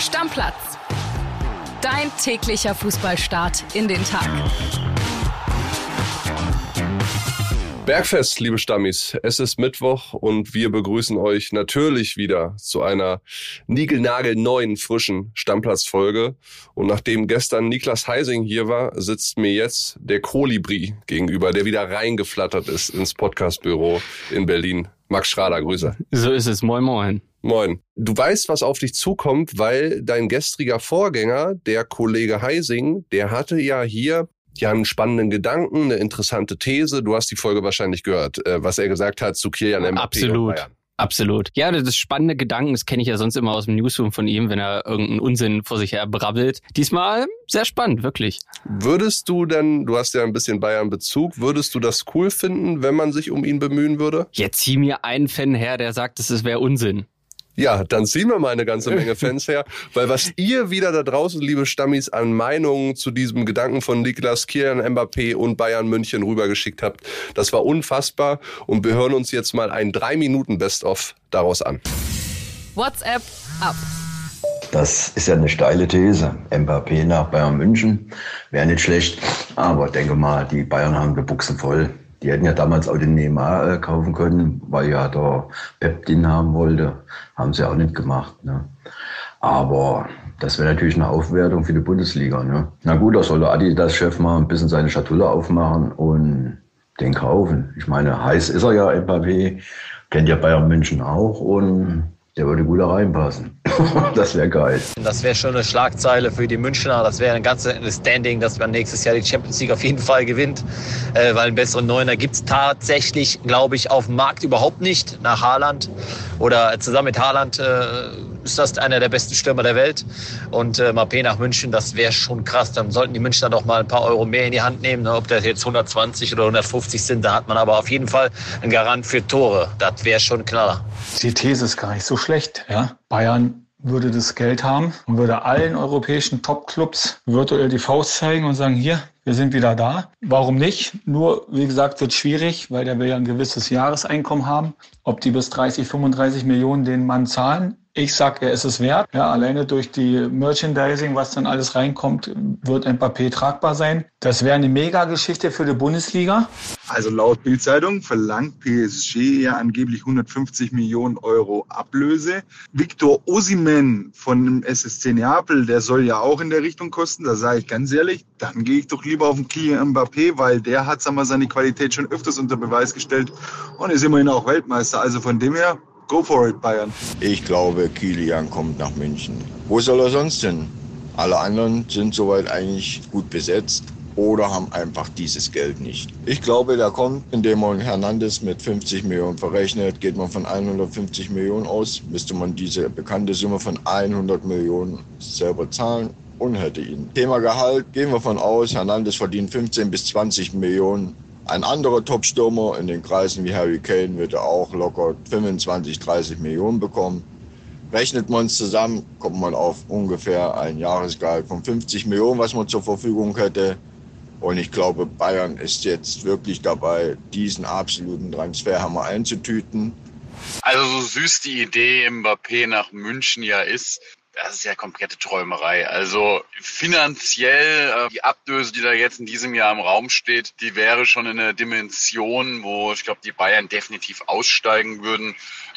Stammplatz. Dein täglicher Fußballstart in den Tag. Bergfest, liebe Stammis, es ist Mittwoch und wir begrüßen euch natürlich wieder zu einer niegelnagelneuen, frischen Stammplatzfolge. Und nachdem gestern Niklas Heising hier war, sitzt mir jetzt der Kolibri gegenüber, der wieder reingeflattert ist ins Podcastbüro in Berlin. Max Schrader, Grüße. So ist es. Moin, moin. Moin. Du weißt, was auf dich zukommt, weil dein gestriger Vorgänger, der Kollege Heising, der hatte ja hier einen spannenden Gedanken, eine interessante These. Du hast die Folge wahrscheinlich gehört, was er gesagt hat zu Kylian Mbappé und Bayern. Absolut. Ja, das spannende Gedanken, das kenne ich ja sonst immer aus dem Newsroom von ihm, wenn er irgendeinen Unsinn vor sich her brabbelt. Diesmal sehr spannend, wirklich. Würdest du denn, du hast ja ein bisschen Bayern-Bezug, würdest du das cool finden, wenn man sich um ihn bemühen würde? Jetzt zieh mir einen Fan her, der sagt, es wäre Unsinn. Ja, dann ziehen wir mal eine ganze Menge Fans her, weil was ihr wieder da draußen, liebe Stammis, an Meinungen zu diesem Gedanken von Niklas, Kylian Mbappé und Bayern München rübergeschickt habt, das war unfassbar und wir hören uns jetzt mal ein 3-Minuten-Best-of daraus an. WhatsApp ab. Das ist ja eine steile These. Mbappé nach Bayern München wäre nicht schlecht, aber ich denke mal, die Bayern haben die Buchsen voll. Die hätten ja damals auch den Neymar kaufen können, weil ja der Pep den haben wollte. Haben sie auch nicht gemacht. Ne? Aber das wäre natürlich eine Aufwertung für die Bundesliga. Ne? Na gut, da soll der Adidas-Chef mal ein bisschen seine Schatulle aufmachen und den kaufen. Ich meine, heiß ist er ja, Mbappé. Kennt ja Bayern München auch und der würde gut da reinpassen. Das wäre geil. Das wäre schon eine Schlagzeile für die Münchner. Das wäre ein ganzes Standing, dass man nächstes Jahr die Champions League auf jeden Fall gewinnt. Weil einen besseren Neuner gibt es tatsächlich, glaube ich, auf dem Markt überhaupt nicht. Nach Haaland oder zusammen mit Haaland ist das einer der besten Stürmer der Welt. Und Mbappé nach München, das wäre schon krass. Dann sollten die Münchner doch mal ein paar Euro mehr in die Hand nehmen. Ob das jetzt 120 oder 150 sind, da hat man aber auf jeden Fall einen Garant für Tore. Das wäre schon ein Knaller. Die These ist gar nicht so schlecht. Ja? Bayern würde das Geld haben und würde allen europäischen Top-Clubs virtuell die Faust zeigen und sagen, hier, wir sind wieder da. Warum nicht? Nur, wie gesagt, wird schwierig, weil der will ja ein gewisses Jahreseinkommen haben. Ob die bis 30, 35 Millionen den Mann zahlen, ich sag, er ist es wert. Ja, alleine durch die Merchandising, was dann alles reinkommt, wird Mbappé tragbar sein. Das wäre eine Mega-Geschichte für die Bundesliga. Also laut Bild-Zeitung verlangt PSG ja angeblich 150 Millionen Euro Ablöse. Victor Osimhen von dem SSC Neapel, der soll ja auch in der Richtung kosten. Da sage ich ganz ehrlich, dann gehe ich doch lieber auf den Kylian Mbappé, weil der hat, sagen wir, seine Qualität schon öfters unter Beweis gestellt und ist immerhin auch Weltmeister. Also von dem her, go for it, Bayern. Ich glaube, Kylian kommt nach München. Wo soll er sonst hin? Alle anderen sind soweit eigentlich gut besetzt oder haben einfach dieses Geld nicht. Ich glaube, der kommt, indem man Hernandez mit 50 Millionen verrechnet. Geht man von 150 Millionen aus, müsste man diese bekannte Summe von 100 Millionen selber zahlen und hätte ihn. Thema Gehalt, gehen wir von aus, Hernandez verdient 15 bis 20 Millionen. Ein anderer Top-Stürmer in den Kreisen wie Harry Kane würde auch locker 25, 30 Millionen bekommen. Rechnet man es zusammen, kommt man auf ungefähr ein Jahresgehalt von 50 Millionen, was man zur Verfügung hätte. Und ich glaube, Bayern ist jetzt wirklich dabei, diesen absoluten Transferhammer einzutüten. Also so süß die Idee Mbappé nach München ja ist, das ist ja komplette Träumerei. Also finanziell, die Ablöse, die da jetzt in diesem Jahr im Raum steht, die wäre schon in einer Dimension, wo ich glaube, die Bayern definitiv aussteigen würden.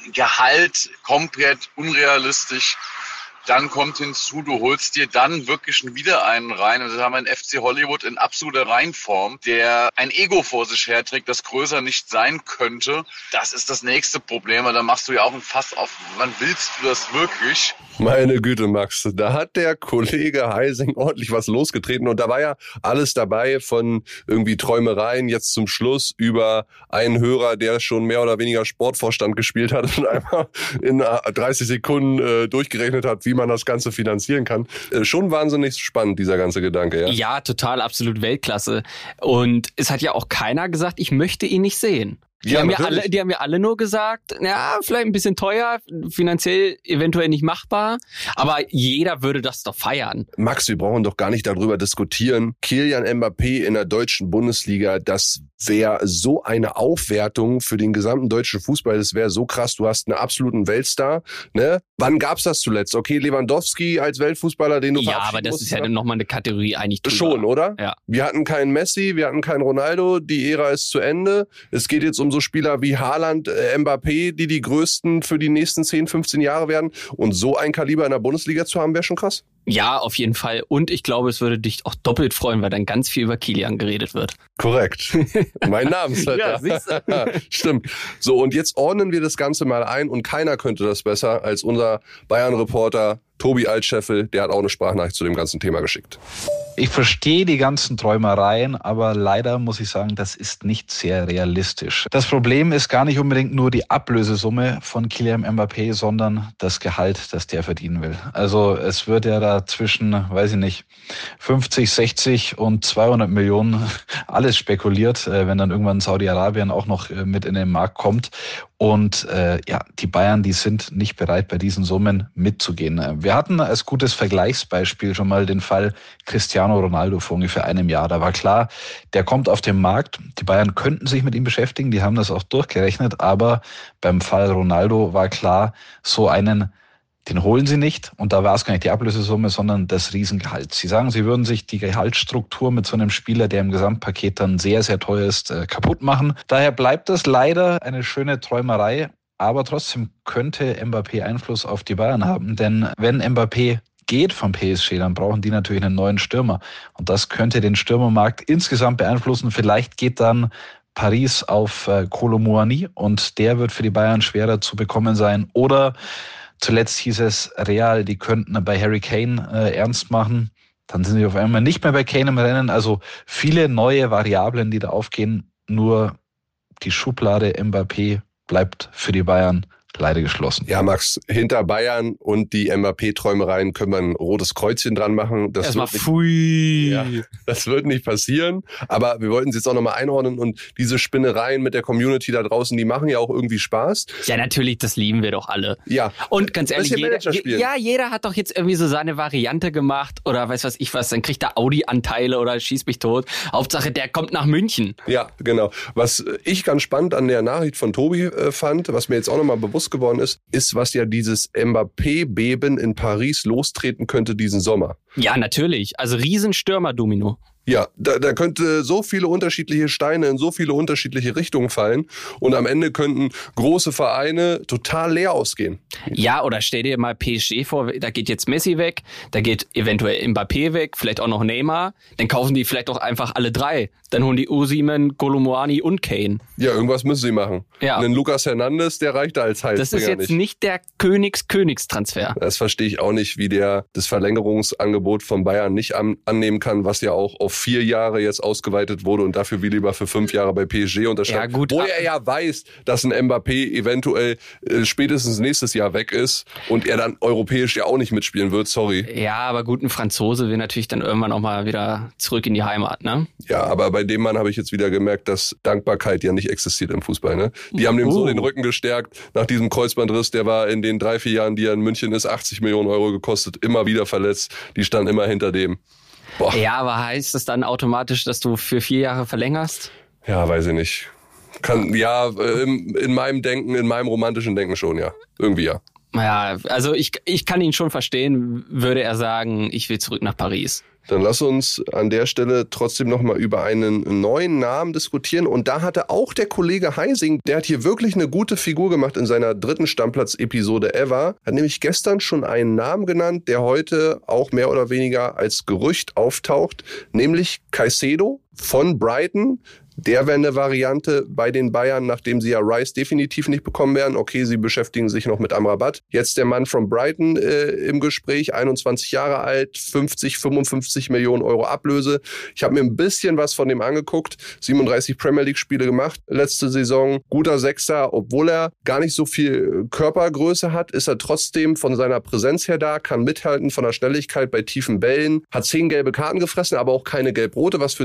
Gehalt komplett unrealistisch. Dann kommt hinzu, du holst dir dann wirklich schon wieder einen rein. Und das haben wir in FC Hollywood in absoluter Reinform, der ein Ego vor sich herträgt, das größer nicht sein könnte. Das ist das nächste Problem. Da machst du ja auch ein Fass auf. Wann willst du das wirklich? Meine Güte, Max, da hat der Kollege Heising ordentlich was losgetreten. Und da war ja alles dabei von irgendwie Träumereien jetzt zum Schluss über einen Hörer, der schon mehr oder weniger Sportvorstand gespielt hat und einmal in 30 Sekunden durchgerechnet hat, wie man das Ganze finanzieren kann. Schon wahnsinnig spannend, dieser ganze Gedanke. Ja, ja, total, absolut Weltklasse. Und es hat ja auch keiner gesagt, ich möchte ihn nicht sehen. Die haben ja alle nur gesagt, ja, vielleicht ein bisschen teuer, finanziell eventuell nicht machbar, aber jeder würde das doch feiern. Max, wir brauchen doch gar nicht darüber diskutieren. Kylian Mbappé in der deutschen Bundesliga, das wäre so eine Aufwertung für den gesamten deutschen Fußball, das wäre so krass. Du hast einen absoluten Weltstar, ne? Wann gab's das zuletzt? Okay, Lewandowski als Weltfußballer, den du verabschieden musst. Ja, aber das ist ja dann nochmal eine Kategorie eigentlich drüber. Schon, oder? Ja. Wir hatten keinen Messi, wir hatten keinen Ronaldo, die Ära ist zu Ende. Es geht jetzt um so Spieler wie Haaland, Mbappé, die größten für die nächsten 10, 15 Jahre werden. Und so ein Kaliber in der Bundesliga zu haben, wäre schon krass. Ja, auf jeden Fall. Und ich glaube, es würde dich auch doppelt freuen, weil dann ganz viel über Kylian geredet wird. Korrekt. Mein Namensvetter. Ja, siehst du? Stimmt. So, und jetzt ordnen wir das Ganze mal ein und keiner könnte das besser als unser Bayern-Reporter Tobi Altscheffel. Der hat auch eine Sprachnachricht zu dem ganzen Thema geschickt. Ich verstehe die ganzen Träumereien, aber leider muss ich sagen, das ist nicht sehr realistisch. Das Problem ist gar nicht unbedingt nur die Ablösesumme von Kylian Mbappé, sondern das Gehalt, das der verdienen will. Also es wird ja da zwischen, weiß ich nicht, 50, 60 und 200 Millionen alles spekuliert, wenn dann irgendwann Saudi-Arabien auch noch mit in den Markt kommt. Und die Bayern, die sind nicht bereit, bei diesen Summen mitzugehen. Wir hatten als gutes Vergleichsbeispiel schon mal den Fall Cristiano Ronaldo vor ungefähr einem Jahr. Da war klar, der kommt auf den Markt. Die Bayern könnten sich mit ihm beschäftigen, die haben das auch durchgerechnet. Aber beim Fall Ronaldo war klar, so einen, den holen sie nicht. Und da war es gar nicht die Ablösesumme, sondern das Riesengehalt. Sie sagen, sie würden sich die Gehaltsstruktur mit so einem Spieler, der im Gesamtpaket dann sehr, sehr teuer ist, kaputt machen. Daher bleibt das leider eine schöne Träumerei. Aber trotzdem könnte Mbappé Einfluss auf die Bayern haben. Denn wenn Mbappé geht vom PSG, dann brauchen die natürlich einen neuen Stürmer. Und das könnte den Stürmermarkt insgesamt beeinflussen. Vielleicht geht dann Paris auf Kolo Muani und der wird für die Bayern schwerer zu bekommen sein. Oder zuletzt hieß es, Real, die könnten bei Harry Kane ernst machen. Dann sind sie auf einmal nicht mehr bei Kane im Rennen. Also viele neue Variablen, die da aufgehen. Nur die Schublade Mbappé bleibt für die Bayern leider geschlossen. Ja, Max, hinter Bayern und die Mbappé-Träumereien können wir ein rotes Kreuzchen dran machen. Das erstmal pfui. Ja, das wird nicht passieren. Aber wir wollten es jetzt auch nochmal einordnen und diese Spinnereien mit der Community da draußen, die machen ja auch irgendwie Spaß. Ja, natürlich, das lieben wir doch alle. Ja. Und ganz ehrlich, jeder hat doch jetzt irgendwie so seine Variante gemacht oder weiß was ich was, dann kriegt er Audi-Anteile oder schießt mich tot. Hauptsache, der kommt nach München. Ja, genau. Was ich ganz spannend an der Nachricht von Tobi fand, was mir jetzt auch nochmal bewusst geworden ist, was ja dieses Mbappé-Beben in Paris lostreten könnte diesen Sommer. Ja, natürlich. Also Riesenstürmer-Domino. Ja, da könnte so viele unterschiedliche Steine in so viele unterschiedliche Richtungen fallen und am Ende könnten große Vereine total leer ausgehen. Ja, oder stell dir mal PSG vor, da geht jetzt Messi weg, da geht eventuell Mbappé weg, vielleicht auch noch Neymar, dann kaufen die vielleicht auch einfach alle drei. Dann holen die Osimhen, Kolo Muani und Kane. Ja, irgendwas müssen sie machen. Ja. Einen Lucas Hernandez, der reicht da als Heilsbringer nicht. Das ist jetzt nicht der Königstransfer. Das verstehe ich auch nicht, wie der das Verlängerungsangebot von Bayern nicht annehmen kann, was ja auch auf 4 Jahre jetzt ausgeweitet wurde und dafür will lieber für 5 Jahre bei PSG unterschreiben. Ja, gut, wo er ja weiß, dass ein Mbappé eventuell spätestens nächstes Jahr weg ist und er dann europäisch ja auch nicht mitspielen wird, sorry. Ja, aber gut, ein Franzose will natürlich dann irgendwann auch mal wieder zurück in die Heimat, ne? Ja, aber bei dem Mann habe ich jetzt wieder gemerkt, dass Dankbarkeit ja nicht existiert im Fußball, ne? Die haben dem so den Rücken gestärkt nach diesem Kreuzbandriss, der war in den 3-4 Jahren, die er in München ist, 80 Millionen Euro gekostet, immer wieder verletzt, die standen immer hinter dem. Boah. Ja, aber heißt das dann automatisch, dass du für 4 Jahre verlängerst? Ja, weiß ich nicht. In meinem Denken, in meinem romantischen Denken schon, ja. Irgendwie ja. Ja, also ich kann ihn schon verstehen, würde er sagen, ich will zurück nach Paris. Dann lass uns an der Stelle trotzdem nochmal über einen neuen Namen diskutieren. Und da hatte auch der Kollege Heising, der hat hier wirklich eine gute Figur gemacht in seiner 3. Stammplatz-Episode ever. Hat nämlich gestern schon einen Namen genannt, der heute auch mehr oder weniger als Gerücht auftaucht, nämlich Caicedo von Brighton. Der wäre eine Variante bei den Bayern, nachdem sie ja Rice definitiv nicht bekommen werden. Okay, sie beschäftigen sich noch mit Amrabat. Jetzt der Mann von Brighton im Gespräch, 21 Jahre alt, 50, 55 Millionen Euro Ablöse. Ich habe mir ein bisschen was von dem angeguckt. 37 Premier League-Spiele gemacht letzte Saison. Guter Sechser, obwohl er gar nicht so viel Körpergröße hat, ist er trotzdem von seiner Präsenz her da, kann mithalten von der Schnelligkeit bei tiefen Bällen, hat 10 gelbe Karten gefressen, aber auch keine gelb-rote, was für einen Sechser,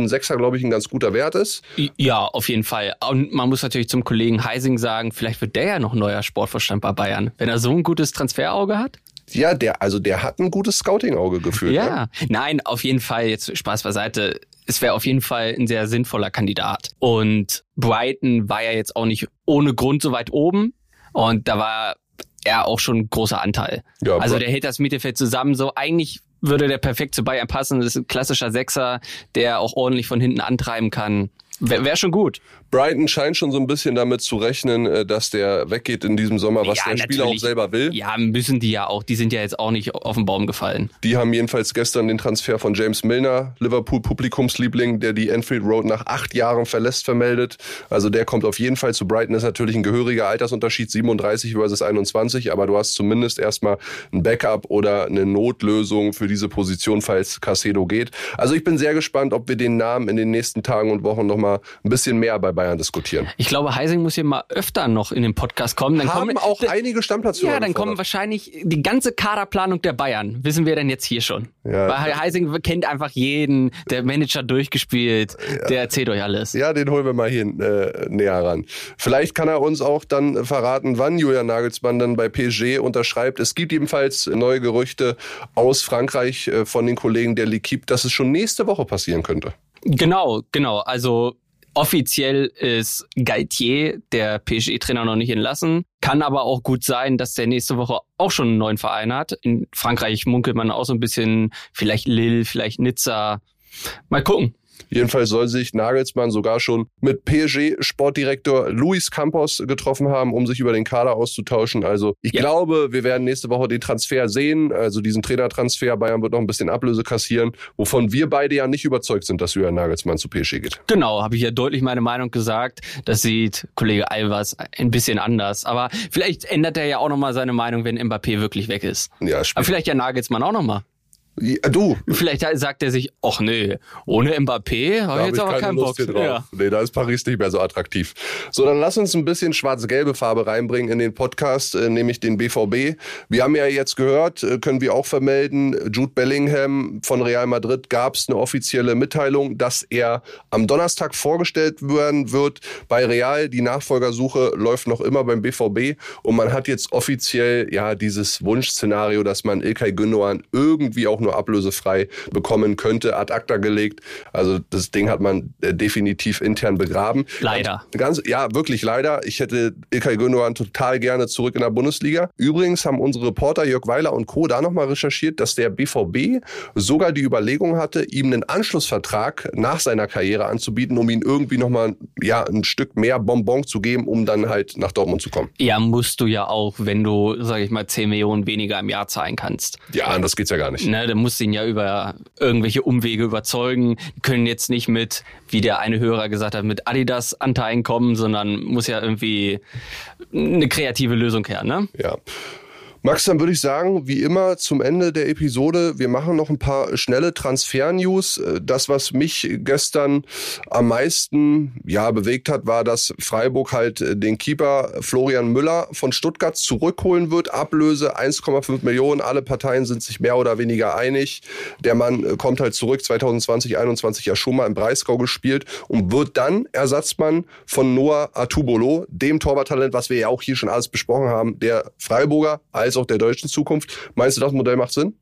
glaube ich, ein ganz guter Wert ist. Ja, auf jeden Fall. Und man muss natürlich zum Kollegen Heising sagen, vielleicht wird der ja noch neuer Sportvorstand bei Bayern, wenn er so ein gutes Transferauge hat. Ja, der hat ein gutes Scouting-Auge geführt. Ja, nein, auf jeden Fall, jetzt Spaß beiseite, es wäre auf jeden Fall ein sehr sinnvoller Kandidat. Und Brighton war ja jetzt auch nicht ohne Grund so weit oben und da war er auch schon ein großer Anteil. Ja, also der hält das Mittelfeld zusammen, so eigentlich würde der perfekt zu Bayern passen. Das ist ein klassischer Sechser, der auch ordentlich von hinten antreiben kann. Wäre schon gut. Brighton scheint schon so ein bisschen damit zu rechnen, dass der weggeht in diesem Sommer, was der Spieler auch selber will. Ja, müssen die ja auch. Die sind ja jetzt auch nicht auf den Baum gefallen. Die haben jedenfalls gestern den Transfer von James Milner, Liverpool-Publikumsliebling, der die Anfield Road nach 8 Jahren verlässt, vermeldet. Also der kommt auf jeden Fall zu Brighton. Ist natürlich ein gehöriger Altersunterschied, 37 versus 21. Aber du hast zumindest erstmal ein Backup oder eine Notlösung für diese Position, falls Caicedo geht. Also ich bin sehr gespannt, ob wir den Namen in den nächsten Tagen und Wochen noch mal ein bisschen mehr bei Bayern diskutieren. Ich glaube, Heising muss hier mal öfter noch in den Podcast kommen. Dann haben auch einige Stammplätze. Ja, dann kommen wahrscheinlich die ganze Kaderplanung der Bayern. Wissen wir denn jetzt hier schon? Ja. Weil Heising kennt einfach jeden, der Manager durchgespielt, der erzählt euch alles. Ja, den holen wir mal hier näher ran. Vielleicht kann er uns auch dann verraten, wann Julian Nagelsmann dann bei PSG unterschreibt. Es gibt ebenfalls neue Gerüchte aus Frankreich von den Kollegen der L'Équipe, dass es schon nächste Woche passieren könnte. Genau. Also offiziell ist Galtier, der PSG-Trainer, noch nicht entlassen. Kann aber auch gut sein, dass der nächste Woche auch schon einen neuen Verein hat. In Frankreich munkelt man auch so ein bisschen, vielleicht Lille, vielleicht Nizza. Mal gucken. Jedenfalls soll sich Nagelsmann sogar schon mit PSG-Sportdirektor Luis Campos getroffen haben, um sich über den Kader auszutauschen. Also ich glaube, wir werden nächste Woche den Transfer sehen, also diesen Trainertransfer. Bayern wird noch ein bisschen Ablöse kassieren, wovon wir beide ja nicht überzeugt sind, dass Julian Nagelsmann zu PSG geht. Genau, habe ich ja deutlich meine Meinung gesagt. Das sieht Kollege Alvars ein bisschen anders. Aber vielleicht ändert er ja auch nochmal seine Meinung, wenn Mbappé wirklich weg ist. Ja, aber vielleicht ja Nagelsmann auch nochmal. Ja, du. Vielleicht sagt er sich, ach nee, ohne Mbappé habe ich jetzt aber keinen Bock. Ja. Nee, da ist Paris nicht mehr so attraktiv. So, dann lass uns ein bisschen schwarz-gelbe Farbe reinbringen in den Podcast, nämlich den BVB. Wir haben ja jetzt gehört, können wir auch vermelden, Jude Bellingham von Real Madrid gab es eine offizielle Mitteilung, dass er am Donnerstag vorgestellt werden wird bei Real. Die Nachfolgersuche läuft noch immer beim BVB und man hat jetzt offiziell ja dieses Wunschszenario, dass man İlkay Gündoğan irgendwie auch nur ablösefrei bekommen könnte, ad acta gelegt. Also das Ding hat man definitiv intern begraben. Leider. Ja, wirklich leider. Ich hätte İlkay Gündoğan total gerne zurück in der Bundesliga. Übrigens haben unsere Reporter Jörg Weiler und Co. da nochmal recherchiert, dass der BVB sogar die Überlegung hatte, ihm einen Anschlussvertrag nach seiner Karriere anzubieten, um ihm irgendwie nochmal ein Stück mehr Bonbon zu geben, um dann halt nach Dortmund zu kommen. Ja, musst du ja auch, wenn du, sag ich mal, 10 Millionen weniger im Jahr zahlen kannst. Ja, anders geht's ja gar nicht. Ne, musst ihn ja über irgendwelche Umwege überzeugen. Die können jetzt nicht mit, wie der eine Hörer gesagt hat, mit Adidas-Anteilen kommen, sondern muss ja irgendwie eine kreative Lösung her, ne? Ja. Max, dann würde ich sagen, wie immer zum Ende der Episode, wir machen noch ein paar schnelle Transfer-News. Das, was mich gestern am meisten bewegt hat, war, dass Freiburg halt den Keeper Florian Müller von Stuttgart zurückholen wird. Ablöse 1,5 Millionen. Alle Parteien sind sich mehr oder weniger einig. Der Mann kommt halt zurück, 2020, 2021 ja schon mal im Breisgau gespielt und wird dann Ersatzmann von Noah Atubolo, dem Torwarttalent, was wir ja auch hier schon alles besprochen haben, der Freiburger als auch der deutschen Zukunft. Meinst du, das Modell macht Sinn?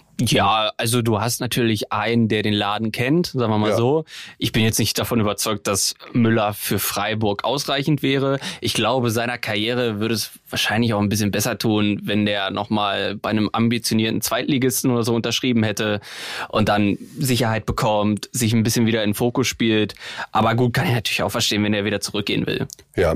Ja, also du hast natürlich einen, der den Laden kennt, sagen wir mal so. Ich bin jetzt nicht davon überzeugt, dass Müller für Freiburg ausreichend wäre. Ich glaube, seiner Karriere würde es wahrscheinlich auch ein bisschen besser tun, wenn der nochmal bei einem ambitionierten Zweitligisten oder so unterschrieben hätte und dann Sicherheit bekommt, sich ein bisschen wieder in den Fokus spielt. Aber gut, kann ich natürlich auch verstehen, wenn er wieder zurückgehen will. Ja.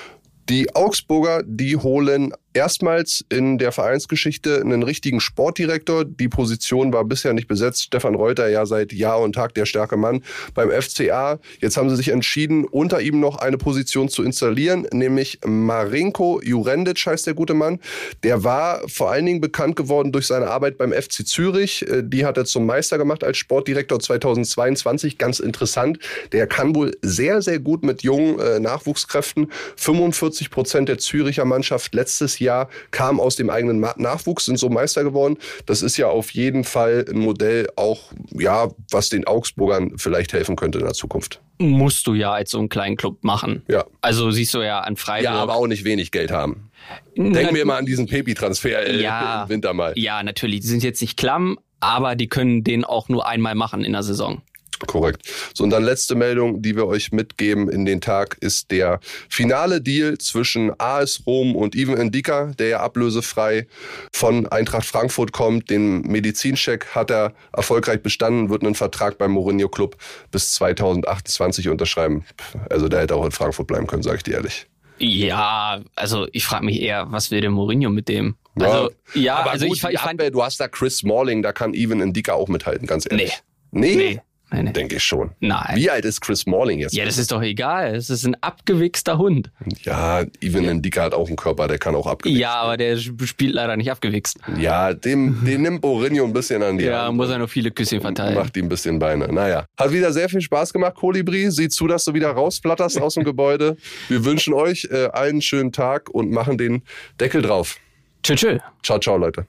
Die Augsburger, die holen erstmals in der Vereinsgeschichte einen richtigen Sportdirektor. Die Position war bisher nicht besetzt. Stefan Reuter ja seit Jahr und Tag der starke Mann beim FCA. Jetzt haben sie sich entschieden, unter ihm noch eine Position zu installieren, nämlich Marinko Jurendic heißt der gute Mann. Der war vor allen Dingen bekannt geworden durch seine Arbeit beim FC Zürich. Die hat er zum Meister gemacht als Sportdirektor 2022. Ganz interessant. Der kann wohl sehr, sehr gut mit jungen Nachwuchskräften. 45% der Züricher Mannschaft letztes letztes Jahr, kamen aus dem eigenen Nachwuchs, sind so Meister geworden. Das ist ja auf jeden Fall ein Modell auch, ja, was den Augsburgern vielleicht helfen könnte in der Zukunft. Musst du ja als so einen kleinen Club machen. Ja. Also siehst du ja an Freiburg. Ja, aber auch nicht wenig Geld haben. Denken wir mal an diesen Pepi-Transfer im Winter mal. Ja, natürlich. Die sind jetzt nicht klamm, aber die können den auch nur einmal machen in der Saison. Korrekt. So, und dann letzte Meldung, die wir euch mitgeben in den Tag, ist der finale Deal zwischen AS Rom und Ivan Ndicka, der ja ablösefrei von Eintracht Frankfurt kommt. Den Medizincheck hat er erfolgreich bestanden, wird einen Vertrag beim Mourinho Club bis 2028 unterschreiben. Also der hätte auch in Frankfurt bleiben können, sage ich dir ehrlich. Ja, also ich frage mich eher, was will der Mourinho mit dem? Also, ja, aber also gut, ich fand, du hast da Chris Smalling, da kann Ivan Ndicka auch mithalten, ganz ehrlich. Nee? Nee. Denke ich schon. Nein. Wie alt ist Chris Smalling jetzt? Ja, das ist doch egal. Es ist ein abgewichster Hund. Ja, Ivan Ndicka hat auch einen Körper, der kann auch abgewichst. Ja, aber der spielt leider nicht abgewichst. Ja, den nimmt Mourinho ein bisschen an die Hand. Ja, muss er nur viele Küsschen verteilen. Macht ihm ein bisschen Beine. Naja, hat wieder sehr viel Spaß gemacht, Kolibri. Sieh zu, dass du wieder rausflatterst aus dem Gebäude. Wir wünschen euch allen einen schönen Tag und machen den Deckel drauf. Tschüss. Ciao, ciao, Leute.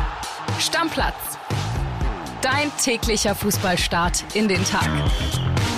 Stammplatz. Dein täglicher Fußballstart in den Tag.